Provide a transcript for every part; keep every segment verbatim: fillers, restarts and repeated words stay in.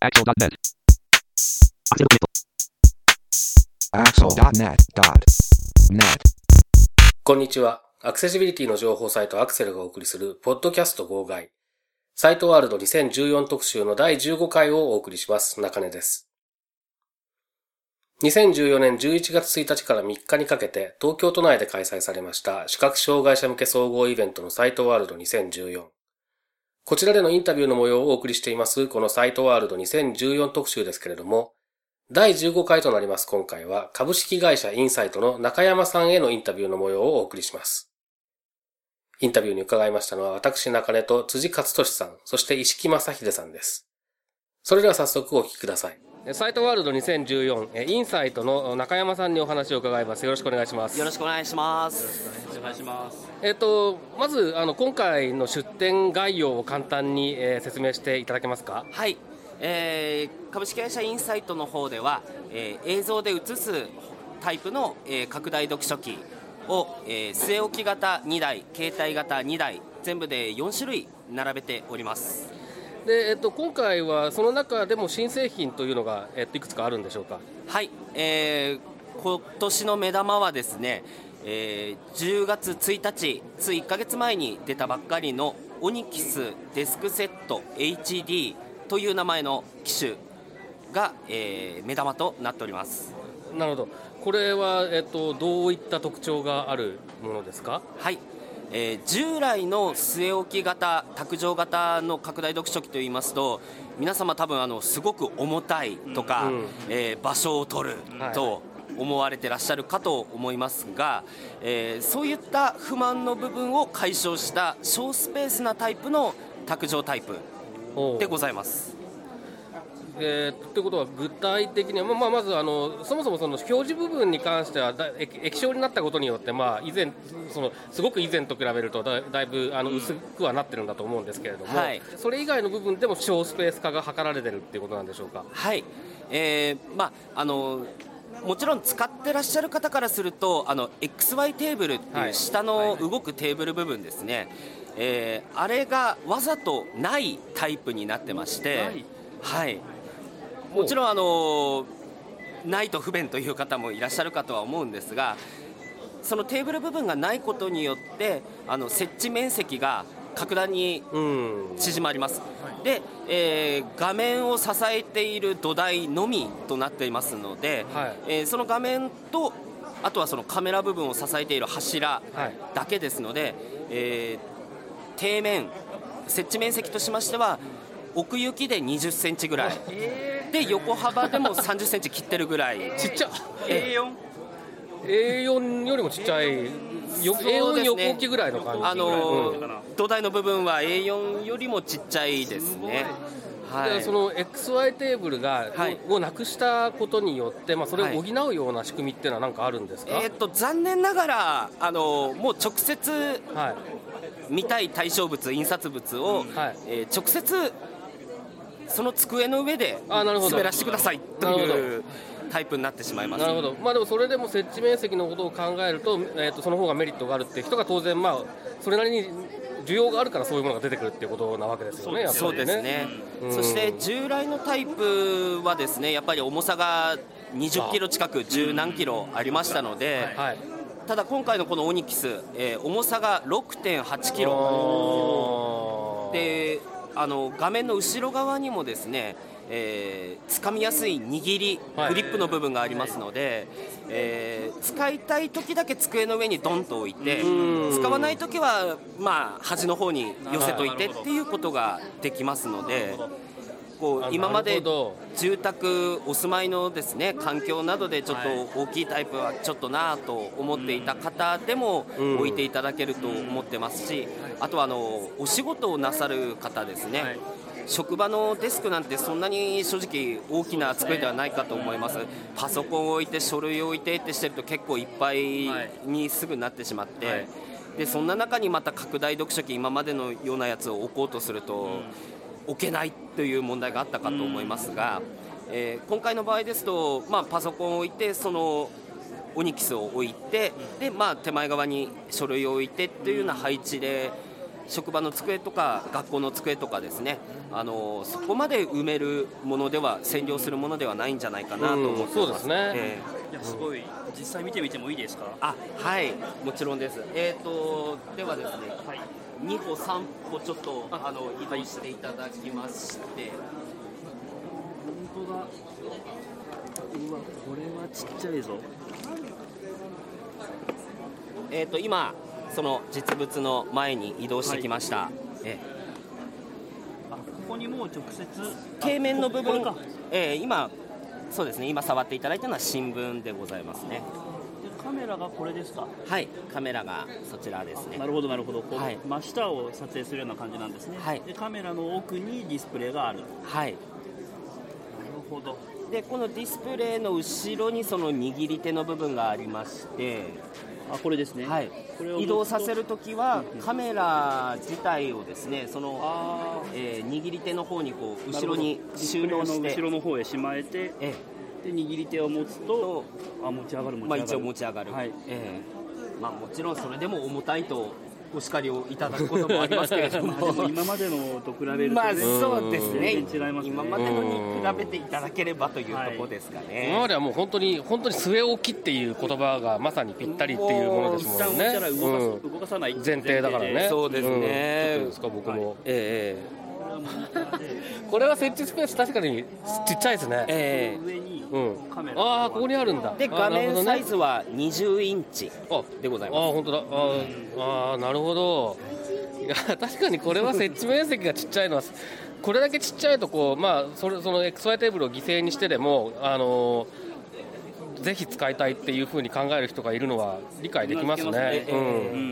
Axel ドットネットアクセル ドットネットこんにちは。アクセシビリティの情報サイトアクセルがお送りするポッドキャスト号外。サイトワールドにせんじゅうよん特集のだいじゅうごかいをお送りします。中根です。にせんじゅうよねんじゅういちがつついたちからみっかにかけて東京都内で開催されました視覚障害者向け総合イベントのサイトワールドにせんじゅうよん。こちらでのインタビューの模様をお送りしていますこのサイトワールドにせんじゅうよん特集ですけれども、だいじゅうごかいとなります今回は株式会社インサイトの中山さんへのインタビューの模様をお送りします。インタビューに伺いましたのは私中根と辻勝利さん、そして石木正秀さんです。それでは早速お聞きください。サイトワールドにせんじゅうよんインサイトの中山さんにお話を伺います。よろしくお願いします。 よろしくお願いします。お願いします。 えっとまずあの今回の出展概要を簡単に、えー、説明していただけますか。 はい、えー、株式会社インサイトの方では、えー、映像で映すタイプの、えー、拡大読書機を、えー、据え置き型にだい、携帯型にだい、全部でよんしゅるい並べております。 で、えっと、今回はその中でも新製品というのが、えっと、いくつかあるんでしょうか。 はい、えー、今年の目玉はですね、えー、じゅうがつついたち、ついいっかげつまえに出たばっかりのオニキスデスクセット エイチディー という名前の機種が、えー、目玉となっております。 なるほど。これは、えっと、どういった特徴があるものですか。 はい、えー、従来の据え置き型卓上型の拡大読書機といいますと、皆様多分あのすごく重たいとか、うんえー、場所を取ると思われてらっしゃるかと思いますが、えー、そういった不満の部分を解消した小スペースなタイプの卓上タイプでございます。 えー、ということは具体的には、まあ、まずあのそもそもその表示部分に関してはだ液晶になったことによって、まあ、以前そのすごく以前と比べると だ, だいぶあの薄くはなってるんだと思うんですけれども、はい、それ以外の部分でも小スペース化が図られてるっていうことなんでしょうか。 はい、えーまあ、あのもちろん使ってらっしゃる方からするとあの エックスワイ テーブルっていう下の動くテーブル部分ですね、はいはいえー、あれがわざとないタイプになってまして、はいはいもちろんあのないと不便という方もいらっしゃるかとは思うんですが、そのテーブル部分がないことによってあの設置面積が格段に縮まります。で、えー、画面を支えている土台のみとなっていますので、はいえー、その画面とあとはそのカメラ部分を支えている柱だけですので、はいえー、底面設置面積としましては奥行きでにじゅっセンチぐらい、えー、で横幅でもさんじゅっセンチ切ってるぐらいちっちゃ エーよん? エーよん よりもちっちゃい、ね、エーよん 横置きぐらいの感じ、 あのーうん、土台の部分は エーよん よりもちっちゃいですね。 はい、その エックスワイ テーブルが、はい、をなくしたことによって、まあ、それを補うような仕組みっていうのは何かあるんですか。 はいえー、っと残念ながら、あのー、もう直接、はい、見たい対象物印刷物を、はいえー、直接その机の上で滑らせてくださいというタイプになってしまいます。 なるほど、まあ、でもそれでも設置面積のことを考えると、えー、とその方がメリットがあるっていう人が当然、まあ、それなりに需要があるからそういうものが出てくるっていうことなわけですよね。やっぱりね。 そうですね、うん、そして従来のタイプはですねやっぱり重さがにじゅっキロ近くじゅうなんキロありましたので、はい、ただ今回のこのオニキス、えー、重さが ろくてんはちキロであの画面の後ろ側にもですね、えー、掴みやすい握りグリップの部分がありますので、はいえー、使いたい時だけ机の上にドンと置いて使わない時は、まあ、端の方に寄せといてっていうことができますので、こう今まで住宅お住まいのですね環境などでちょっと大きいタイプはちょっとなと思っていた方でも置いていただけると思ってますし、あとはあのお仕事をなさる方ですね、職場のデスクなんてそんなに正直大きな机ではないかと思います。パソコンを置いて書類を置いてってしてると結構いっぱいにすぐなってしまって、でそんな中にまた拡大読書機今までのようなやつを置こうとすると置けないという問題があったかと思いますが、えー、今回の場合ですと、まあ、パソコンを置いてそのオニキスを置いてで、まあ、手前側に書類を置いてというような配置で職場の机とか学校の机とかですね、あのそこまで埋めるものでは占領するものではないんじゃないかなと思ってます、うん、 そうですね、 えー、いやすごい、実際見てみてもいいですか？ あ、はい、もちろんです。えーとではですね、はい、に歩さん歩ちょっとあの移動していただきまして、 本当だ、うわ、これはちっちゃいぞ。 えーと今その実物の前に移動してきました、はい、えあ、ここにもう直接底面の部分、えー、今そうですね、今触っていただいたのは新聞でございますね。 カメラがこれですか？ はい、カメラがそちらですね。 なるほどなるほど、こう、 はい、 真下を撮影するような感じなんですね、 はい、 でカメラの奥にディスプレイがある。 はい、なるほど。 でこのディスプレイの後ろにその握り手の部分がありまして、 あ、これですね、 はい、 これを移動させるときはカメラ自体をですね、その、えー、握り手の方にこう後ろに収納して、 後ろの方へしまえて、ええ、で握り手を持つと、あ、持ち上がる持ち上がる、 まあ、一応持ち上がる、 はい、 えーまあ、もちろんそれでも重たいとお叱りをいただくこともありますけれどもでも今までのと比べると、ね、 まあそうですね、 全然違いますね。 今までのに比べていただければというところですかね。 今まではもう本当に本当に据え置きっていう言葉がまさにぴったりっていうものですもんね。 一旦動かす、うん、動かさない前提だからね。 そうですね、 うん、どうですか僕も、 はい、えー、これは設置スペース確かにちっちゃいですね。 えー、上にカメラ、 うん、ああここにあるんだ。 で画面サイズはにじゅうインチでございます。 ああ本当だ。ああなるほど。いや確かにこれは設置面積がちっちゃいのはこれだけちっちゃいとこう、まあ、それその エックスワイ テーブルを犠牲にしてでも、あのー、ぜひ使いたいっていうふうに考える人がいるのは理解できますね。うん、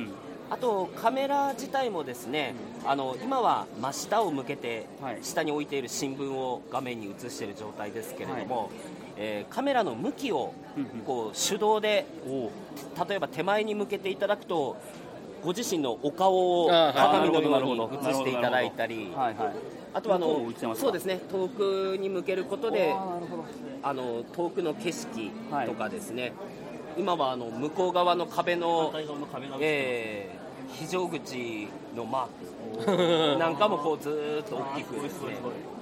あとカメラ自体もですね、あの今は真下を向けて下に置いている新聞を画面に映している状態ですけれども、はい、えー、カメラの向きをこう手動で例えば手前に向けていただくとご自身のお顔を鏡のように映していただいたり、あとはあのそうですね、遠くに向けることであの遠くの景色とかですね、はい、今はあの向こう側の壁の、えー、非常口のマークなんかもこうずーっと大きくですね。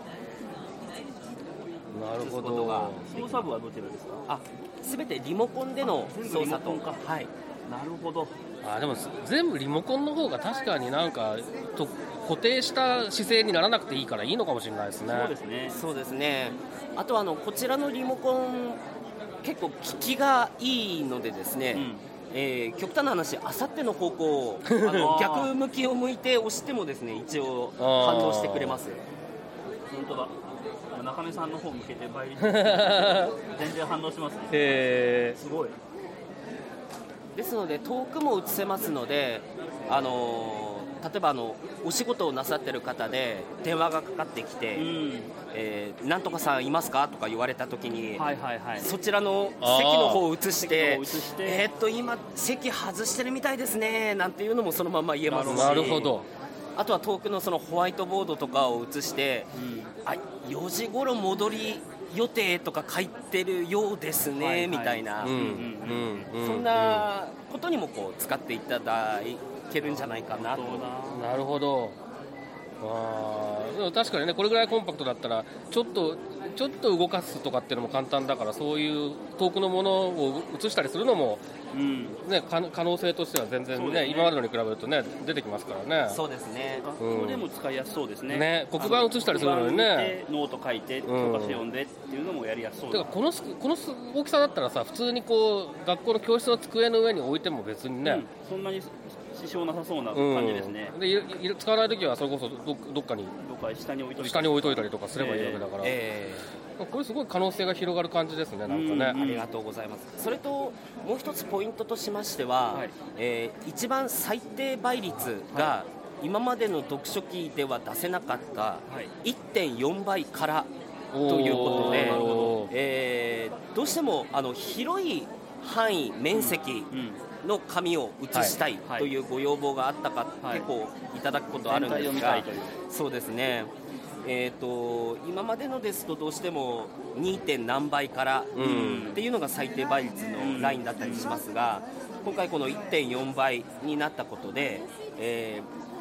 なるほど。 操作部はどちらですか？ あ、すべてリモコンでの操作と。はい。 なるほど。 あでも全部リモコンの方が確かになんかと固定した姿勢にならなくていいからいいのかもしれないですね。 そうですね。 そうですね。あとはあのこちらのリモコン結構効きがいいのでですね、うん、えー、極端な話、あさっての方向をあの逆向きを向いて押してもですね一応反応してくれます。 本当だ。中根さんの方向けて倍率全然反応しますね。 へー、 すごい。 ですので遠くも映せますので、あのー、例えばあのお仕事をなさってる方で電話がかかってきて、うん、えー、なんとかさんいますかとか言われたときに、はいはいはい、そちらの席の方を映してえー、っと今席外してるみたいですねなんていうのもそのまま言えますし、 なるほど。 あとは遠くのそのホワイトボードとかを映して、うん、あよじ頃戻り予定とか書いてるようですね、はいはい、みたいな、うんうんうん、そんなことにもこう使っていただけるんじゃないかなと。 なるほど。あ確かにね、これぐらいコンパクトだったらちょっとちょっと動かすとかっていうのも簡単だから、そういう遠くのものを映したりするのも、うんね、可能性としては全然 ね, ね今までのに比べるとね出てきますからね。 そうですね。 学校でも使いやすそうですね。 ね、黒板映したりするのにね、 ノート書いて教科書読んでっていうのもやりやすそうだ、 うん、だからこのこの大きさだったらさ、普通にこう学校の教室の机の上に置いても別にね、うん、 そんなに支障なさそうな感じですね、 うん、で使わないときはそれこそ ど, どっかにどっか下に置いといたり下に置いといたりとかすればいいわけだから、えー、これすごい可能性が広がる感じですね。なんかね、うんうん、 ありがとうございます。それともう一つポイントとしましては、はい、えー、一番最低倍率が、はい、今までの読書機では出せなかった いってんよん 倍からということで、えー、どうしてもあの広い範囲面積の紙を写したいというご要望があったか、はい、結構いただくことあるんですが、そうですね、えー、と今までのですとどうしても に. 点何倍からっていうのが最低倍率のラインだったりしますが、今回この いってんよん 倍になったことで、えー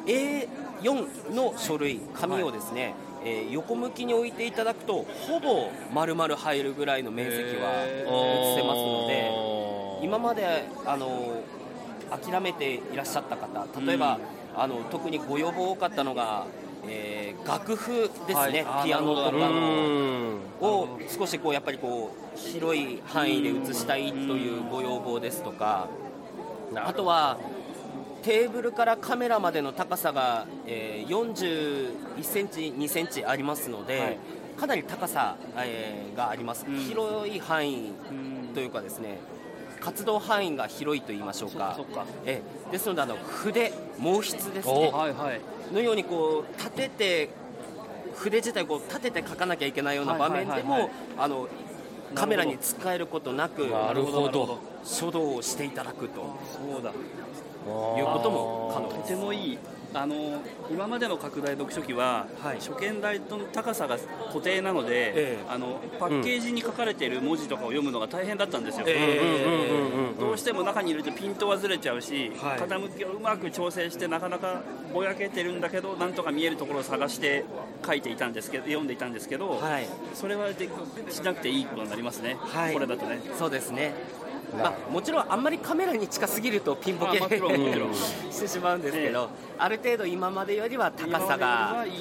エーよん の書類紙をですね、はい、えー、横向きに置いていただくとほぼ丸々入るぐらいの面積は映せますので、今まであの諦めていらっしゃった方、例えば、うん、あの特にご要望多かったのが、えー、楽譜ですね、はい、ピアノとかのを少しこうやっぱりこう広い範囲で映したいというご要望ですとか、あとはテーブルからカメラまでの高さが、えー、よんじゅういちセンチにセンチありますので、はい、かなり高さ、えー、があります、うん、広い範囲というかですね、活動範囲が広いと言いましょうか、 そっかそっか、 えー、ですのであの筆、毛筆ですね、 はいはい、 のようにこう立てて筆自体をこう立てて書かなきゃいけないような場面でもカメラに使えることなく、 なるほど書道をしていただくとそうだいうことも可能です。 とてもいい。あの今までの拡大読書機は、はい、初見台の高さが固定なので、えー、あのパッケージに書かれている文字とかを読むのが大変だったんですよ、えー、どうしても中に入れるとピントはずれちゃうし、はい、傾きをうまく調整してなかなかぼやけてるんだけどなんとか見えるところを探して書いていたんですけど読んでいたんですけど、はい、それはでしなくていいことになりますね、はい、これだとね。 そうですね、まあ、もちろんあんまりカメラに近すぎるとピンボケしてしまうんですけど、ある程度今までよりは高さが、はい、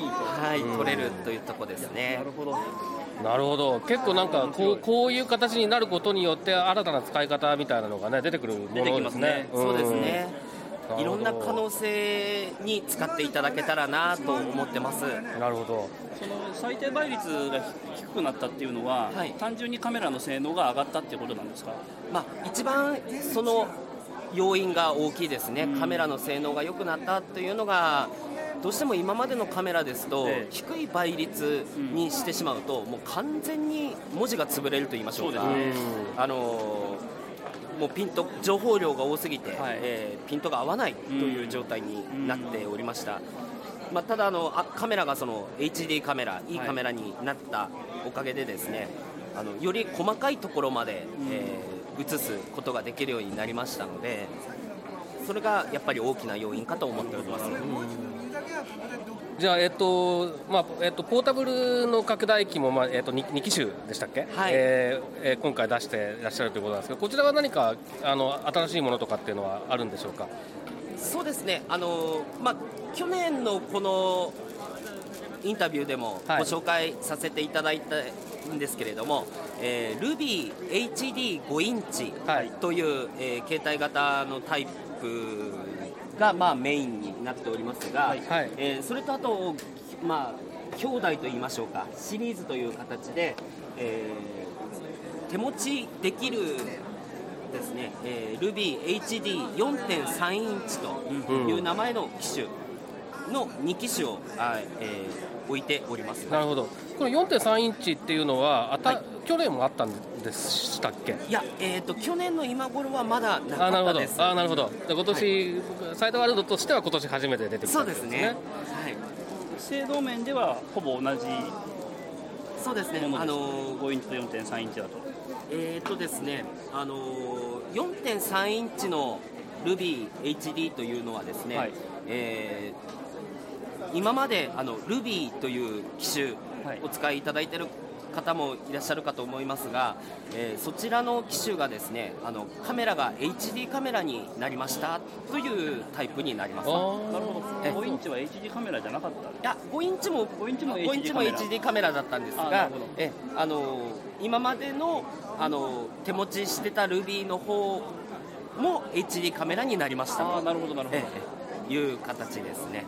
取れるというところですね。 なるほどなるほど。結構なんかこう、こういう形になることによって新たな使い方みたいなのが、ね、出てくるものですね。出てきますね。 そうですね、いろんな可能性に使っていただけたらなと思ってます。 なるほど。 その最低倍率が低くなったっていうのは、はい、単純にカメラの性能が上がったっていうことなんですか？ まあ、一番その要因が大きいですね、うん、カメラの性能が良くなったというのが、どうしても今までのカメラですと、ええ、低い倍率にしてしまうと、うん、もう完全に文字が潰れると言いましょうか、そうですね、あのもうピント情報量が多すぎて、はい、えー、ピントが合わないという状態になっておりました、うん、まあ、ただあのあカメラがその エイチディー カメラ、いいカメラになったおかげでですね、あのより細かいところまで、うん、えー、映すことができるようになりましたので、それがやっぱり大きな要因かと思っております、うん、 じゃあ、えっとまあえっと、ポータブルの拡大機も、まあえっと、2, に機種でしたっけ、はい、えーえー、今回出していらっしゃるということなんですけど、こちらは何かあの新しいものとかっていうのはあるんでしょうか？ そうですね、あの、まあ、去年のこのインタビューでもご紹介させていただいたんですけれども、はい、えー、ルビーエイチディーご インチという、はい、えー、携帯型のタイプが、まあ、メインになっておりますが、はい、えー、それとあと、まあ、兄弟といいましょうか、シリーズという形で、えー、手持ちできるですね、えー、ルビーエイチディーよんてんさん インチという名前の機種のに機種を、あ、えー、置いております。 なるほど。この よんてんさん インチっていうのはあた、はい、去年もあったんでしたっけ？ いや、えーと、去年の今頃はまだなかったです。 あ、なるほど。あ、なるほど。今年、はい、サイドワールドとしては今年初めて出てくる、ね、 そうですね、はい、 精度面ではほぼ同じそうですね、 あのー、ごインチと よんてんさん インチだとえーとですね、あのー、よんてんさん インチのルビーエイチディー というのはですね、はい、えー、今まであのルビーという機種お使いいただいている方もいらっしゃるかと思いますが、えー、そちらの機種がですね、あのカメラが エイチディー カメラになりましたというタイプになります。なるほど。ごインチは エイチディー カメラじゃなかった？いや、ごインチもごインチも エイチディー カメラだったんですが、えあの今までのあの手持ちしてたルビーの方も エイチディー カメラになりましたと。 あ、なるほどなるほど、 えいう形ですね。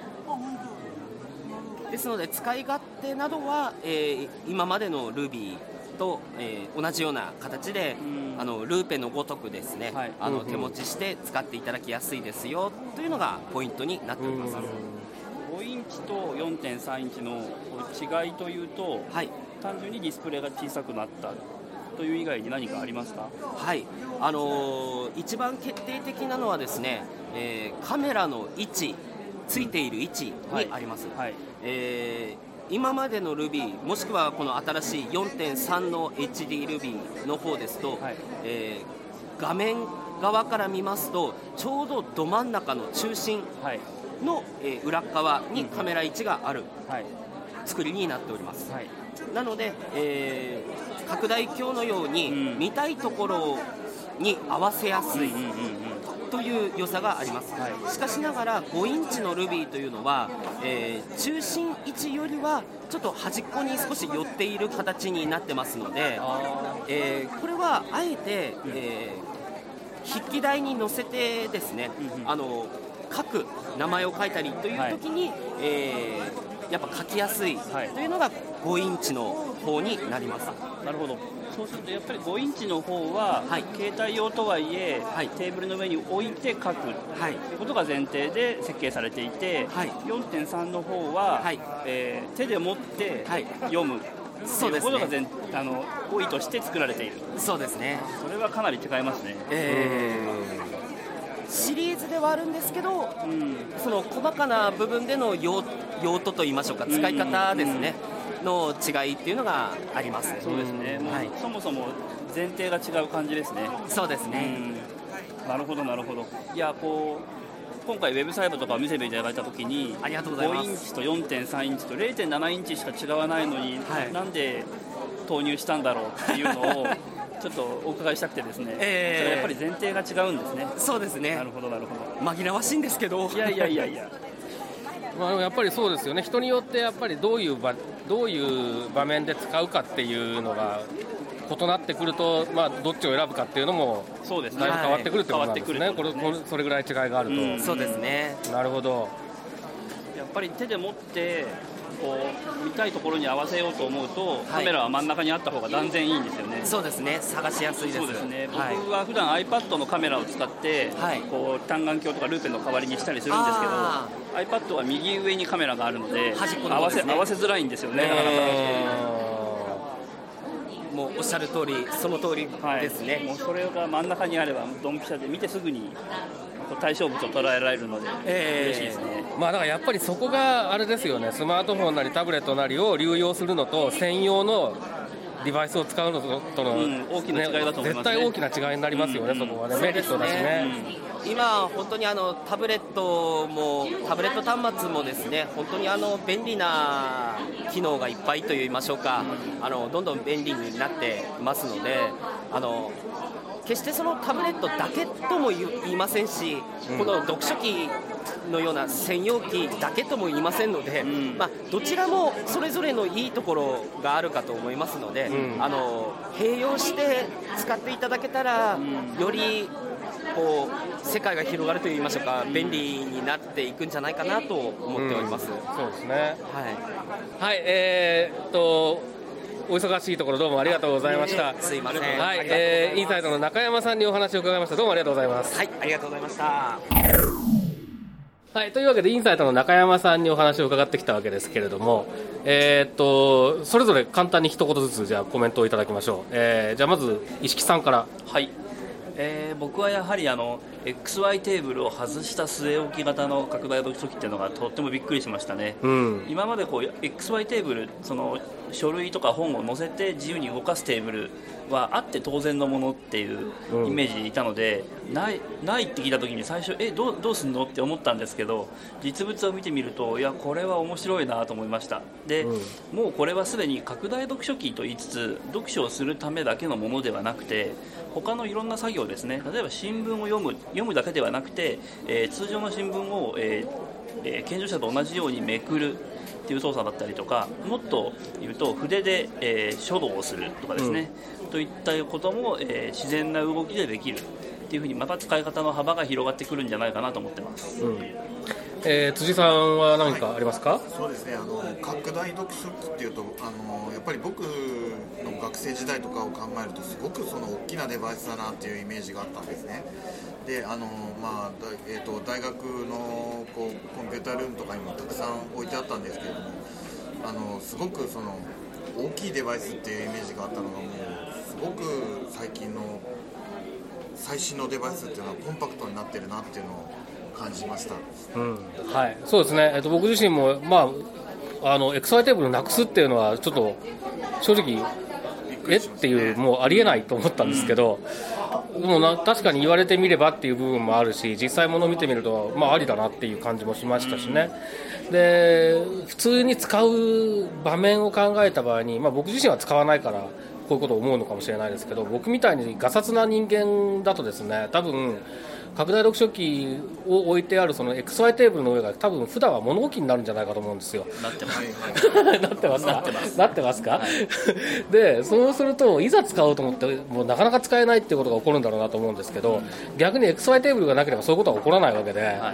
ですので使い勝手などは、えー、今までのルビーと、えー、同じような形で、あのルーペのごとくですね、はい、あの手持ちして使っていただきやすいですよというのがポイントになっております。 ごインチと よんてんさん インチの違いというと、はい、単純にディスプレイが小さくなったという以外に何かありますか？ はい、あのー、一番決定的なのはですね、えー、カメラの位置、ついている位置にあります、はいはい、えー、今までのルビーもしくはこの新しい よんてんさん の エイチディー ルビーの方ですと、はい、えー、画面側から見ますとちょうどど真ん中の中心の、えー、裏側にカメラ位置がある作りになっております、はい、なので、えー、拡大鏡のように見たいところに合わせやすいという良さがあります、はい、しかしながらごインチのルビーというのは、えー、中心位置よりはちょっと端っこに少し寄っている形になってますので、えー、これはあえて、えー、筆記台に載せてですね、うんうん、あの書く名前を書いたりという時に、はい、えー、やっぱ書きやすいというのがごインチの方になります。 なるほど。そうするとやっぱりごインチの方は、はい、携帯用とはいえ、はい、テーブルの上に置いて書く、はい、ということが前提で設計されていて、はい、よんてんさん の方は、はい、えー、手で持って読む、はい、ということが前、あの多いとして作られている。 そうですね。 それはかなり違いますね。 えー、シリーズではあるんですけど、うん、その細かな部分での 用, 用途といいましょうか、使い方ですね、うんうん、の違いっていうのがあります。 そうですね、もう、はい、そもそも前提が違う感じですね。 そうですね、 うん、なるほどなるほど。いや、こう今回ウェブサイトとかを見せていただいたときに、 ありがとうございます。 ごインチと よんてんさん インチと れいてんなな インチしか違わないのに、はい、なんで投入したんだろうっていうのをちょっとお伺いしたくてですね、えー、それはやっぱり前提が違うんですね。 そうですね。 なるほどなるほど。 紛らわしいんですけど、 いやいやいやいやまあ、やっぱりそうですよね。人によってやっぱりどういう場どういう場面で使うかっていうのが異なってくると、まあ、どっちを選ぶかっていうのもだいぶ変わってくるってことなんですね。はい、これこれそれぐらい違いがあると、うん、 そうですね。 なるほど。 やっぱり手で持ってこう見たいところに合わせようと思うと、カメラは真ん中にあった方が断然いいんですよね。 そうですね、探しやすいです。 そうですね、はい、僕は普段 iPad のカメラを使って、はい、こう単眼鏡とかルーペンの代わりにしたりするんですけど、 iPad は右上にカメラがあるので、 端っこの合わせ、 方ですね、 合わせづらいんですよね、 えー、もうおっしゃる通り、その通りですね、 はい、もうそれが真ん中にあればドンピシャで見てすぐに対象物を捉えられるので、えー、嬉しいですね。 まあ、だからやっぱりそこがあれですよね。スマートフォンなりタブレットなりを流用するのと専用のデバイスを使うのとの、うん、 大きな違いだと思いますね。 絶対大きな違いになりますよね、うん、そこはね、メリットだしね。 うん、今本当にあのタブレットもタブレット端末もですね、本当にあの便利な機能がいっぱいといいましょうか、あのどんどん便利になってますので、あの決してそのタブレットだけとも言いませんし、うん、この読書機のような専用機だけとも言いませんので、うん、まあ、どちらもそれぞれのいいところがあるかと思いますので、うん、あの併用して使っていただけたら、うん、よりこう世界が広がるといいましょうか、便利になっていくんじゃないかなと思っております。 うん、そうですね。はい、 はい、 えー、っとお忙しいところどうもありがとうございました。 すいません。 はい、えー、インサイドの中山さんにお話を伺いました。どうもありがとうございます。 はい、ありがとうございました。 はい、というわけでインサイトの中山さんにお話を伺ってきたわけですけれども、えー、っとそれぞれ簡単に一言ずつじゃあコメントをいただきましょう。えー、じゃあまず石木さんから。 はい、えー、僕はやはりあの エックスワイ テーブルを外した据え置き型の拡大読書機っていうのがとってもびっくりしましたね。うん、今までこう エックスワイ テーブル、その書類とか本を載せて自由に動かすテーブルはあって当然のものっていうイメージにいたので、うん、ないないって聞いた時に最初えどうどうすんのって思ったんですけど、実物を見てみるといやこれは面白いなと思いました。で、うん、もうこれはすでに拡大読書機と言いつつ読書をするためだけのものではなくて、他のいろんな作業ですね、例えば新聞を読む読むだけではなくて、えー、通常の新聞を、えーえー、健常者と同じようにめくるっていう操作だったりとか、もっと言うと筆で、えー、書道をするとかですね、うん、といったことも、えー、自然な動きでできるっていうふうにまた使い方の幅が広がってくるんじゃないかなと思ってます。うん、 えー、辻さんは何かありますか？はい、 そうですね、あの拡大読書機っていうとあのやっぱり僕の学生時代とかを考えるとすごくその大きなデバイスだなっていうイメージがあったんですね。であの、まあえー、と大学のこうコンピュータールームとかにもたくさん置いてあったんですけれども、あのすごくその大きいデバイスっていうイメージがあったのが、もうすごく最近の最新のデバイスっていうのはコンパクトになってるなっていうのを感じました。 うん、はい、そうですね、えっと、僕自身も、まあ、あのエックスワイ テーブルなくすっていうのはちょっと正直えっていう、もうありえないと思ったんですけど、 もうな確かに言われてみればっていう部分もあるし、実際ものを見てみると、まあ、ありだなっていう感じもしましたしね、うん、で普通に使う場面を考えた場合に、まあ、僕自身は使わないからこういうことを思うのかもしれないですけど、僕みたいにガサツな人間だとですね、多分拡大読書機を置いてあるその エックスワイ テーブルの上が多分普段は物置になるんじゃないかと思うんですよ。 なってますなってますか？ なってます。 なってますか？はい、でそうするといざ使おうと思ってもうなかなか使えないっていうことが起こるんだろうなと思うんですけど、うん、逆に エックスワイ テーブルがなければそういうことは起こらないわけで、はい、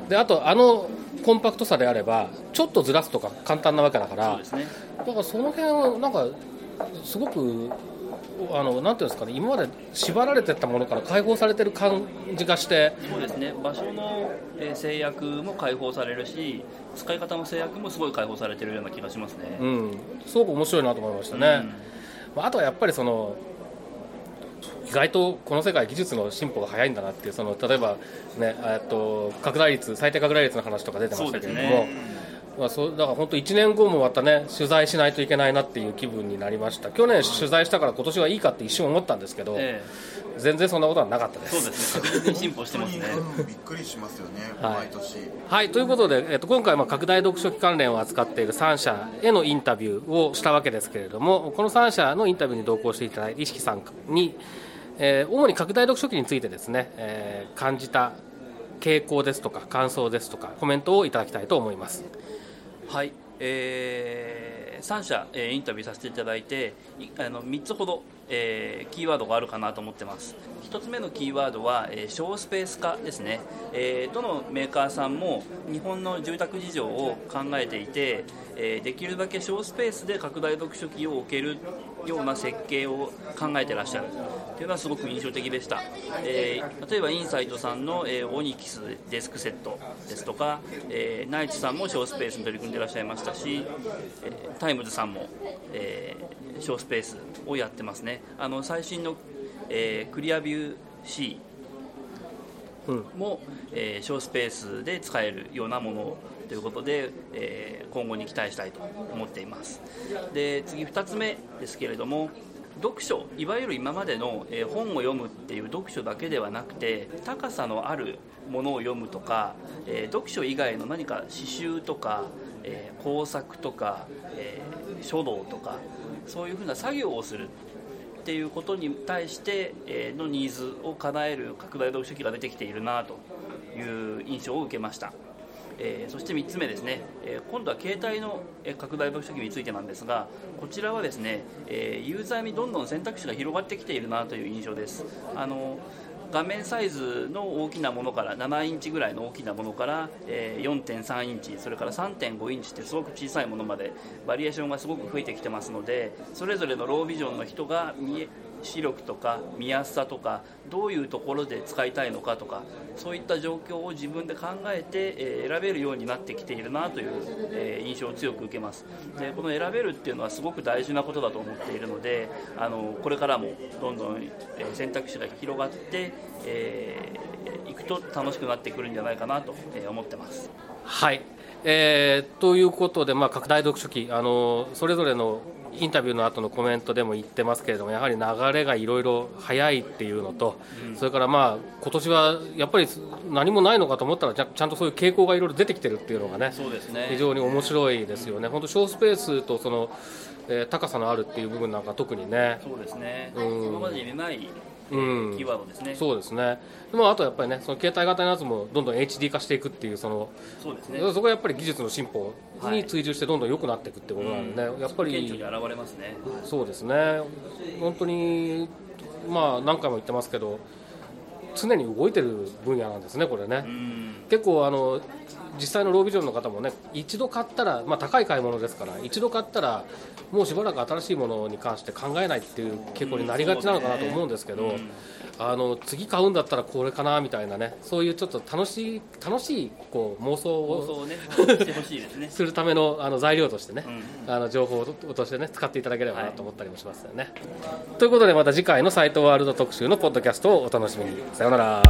であとあのコンパクトさであればちょっとずらすとか簡単なわけだから、そうですね、だからその辺はなんかすごくあのなんていうんですかね、今まで縛られてたものから解放されてる感じがして、 そうですね、場所の、えー、制約も解放されるし、使い方の制約もすごい解放されてるような気がしますね。 うん、すごく面白いなと思いましたね。うん、あとはやっぱりその意外とこの世界技術の進歩が早いんだなっていう、その例えばね、えっと拡大率最低拡大率の話とか出てましたけれども、まあ、そうだから本当いちねんごもまたね取材しないといけないなっていう気分になりました。去年取材したから今年はいいかって一瞬思ったんですけど、ええ、全然そんなことはなかったです。 そうですね、確実に進歩してますね。 びっくりしますよね、 はい、 毎年。 はい、ということで、えっと、今回まあ拡大読書機関連を扱っているさん社へのインタビューをしたわけですけれども、このさん社のインタビューに同行していただいた石木さんに、えー、主に拡大読書機についてですね、えー、感じた傾向ですとか感想ですとかコメントをいただきたいと思います。 はい、えー、さん社、えー、インタビューさせていただいて、あのみっつほど、えー、キーワードがあるかなと思ってます。ひとつめのキーワードは、えー、省スペース化ですね。えー、どのメーカーさんも日本の住宅事情を考えていて、えー、できるだけ小スペースで拡大読書機を置けるような設計を考えてらっしゃるというのはすごく印象的でした。えー、例えばインサイトさんの、えー、オニキスデスクセットですとか、えー、ナイツさんも小スペースに取り組んでいらっしゃいましたし、えー、タイムズさんも、えー、小スペースをやってますね。あの最新の、えー、クリアビュー C も、うんえー、小スペースで使えるようなものということで、えー、今後に期待したいと思っています。で、次ふたつめですけれども、読書、いわゆる今までの、えー、本を読むっていう読書だけではなくて、高さのあるものを読むとか、えー、読書以外の何か詩集とか、えー、工作とか、えー、書道とか、そういうふうな作業をするっていうことに対してのニーズを叶える拡大読書機が出てきているなという印象を受けました。えー、そしてみっつめですね、えー、今度は携帯の拡大読書機についてなんですが、こちらはですね、えー、ユーザーにどんどん選択肢が広がってきているなという印象です。あの画面サイズの大きなものからななインチぐらいの大きなものから、えー、よんてんさんインチ、それから さんてんごインチってすごく小さいものまでバリエーションがすごく増えてきてますので、それぞれのロービジョンの人が見え視力とか見やすさとかどういうところで使いたいのかとか、そういった状況を自分で考えて、えー、選べるようになってきているなという、えー、印象を強く受けます。で、この選べるっていうのはすごく大事なことだと思っているので、あのこれからもどんどん、えー、選択肢が広がって、えー、いくと楽しくなってくるんじゃないかなと、えー、思ってます。 はい、えー、ということで、まあ、拡大読書機、あのそれぞれのインタビューの後のコメントでも言ってますけれども、やはり流れがいろいろ早いっていうのと、うん、それからまあ今年はやっぱり何もないのかと思ったらちゃ、ちゃんとそういう傾向がいろいろ出てきてるっていうのが ね, そうですね非常に面白いですよね。本当小スペースとその、えー、高さのあるっていう部分なんか特にね、 そうですね、うん、今までにないキーワードですね。 そうですね。でもあとやっぱりね、その携帯型のやつもどんどん エイチディー 化していくっていう、そのそうですね、 そこがやっぱり技術の進歩に追従してどんどん良くなっていくってことなので、ね、うん、やっぱり顕著に現れますね。 そうですね。本当にまあ何回も言ってますけど、常に動いてる分野なんですね、これね。うん、結構あの実際のロービジョンの方もね、一度買ったら、まあ、高い買い物ですから、一度買ったらもうしばらく新しいものに関して考えないっていう傾向になりがちなのかなと思うんですけど、うん、あの次買うんだったらこれかなみたいなね、そういうちょっと楽しい楽しいこう妄想を、 妄想を、ね、してほしいですねするためのあの材料としてね、うん、あの情報として、ね、使っていただければなと思ったりもしますよね。はい、ということで、また次回のサイトワールド特集のポッドキャストをお楽しみに。さようなら。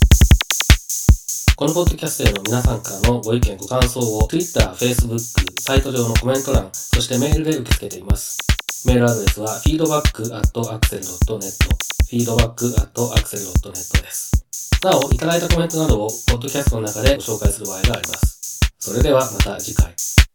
このポッドキャストへの皆さんからのご意見ご感想を Twitter、Facebook、サイト上のコメント欄、そしてメールで受け付けています。メールアドレスは フィードバック アット アクセル ドット ネットフィードバック アットアクセルドットネット です。なお、いただいたコメントなどをポッドキャストの中でご紹介する場合があります。それではまた次回。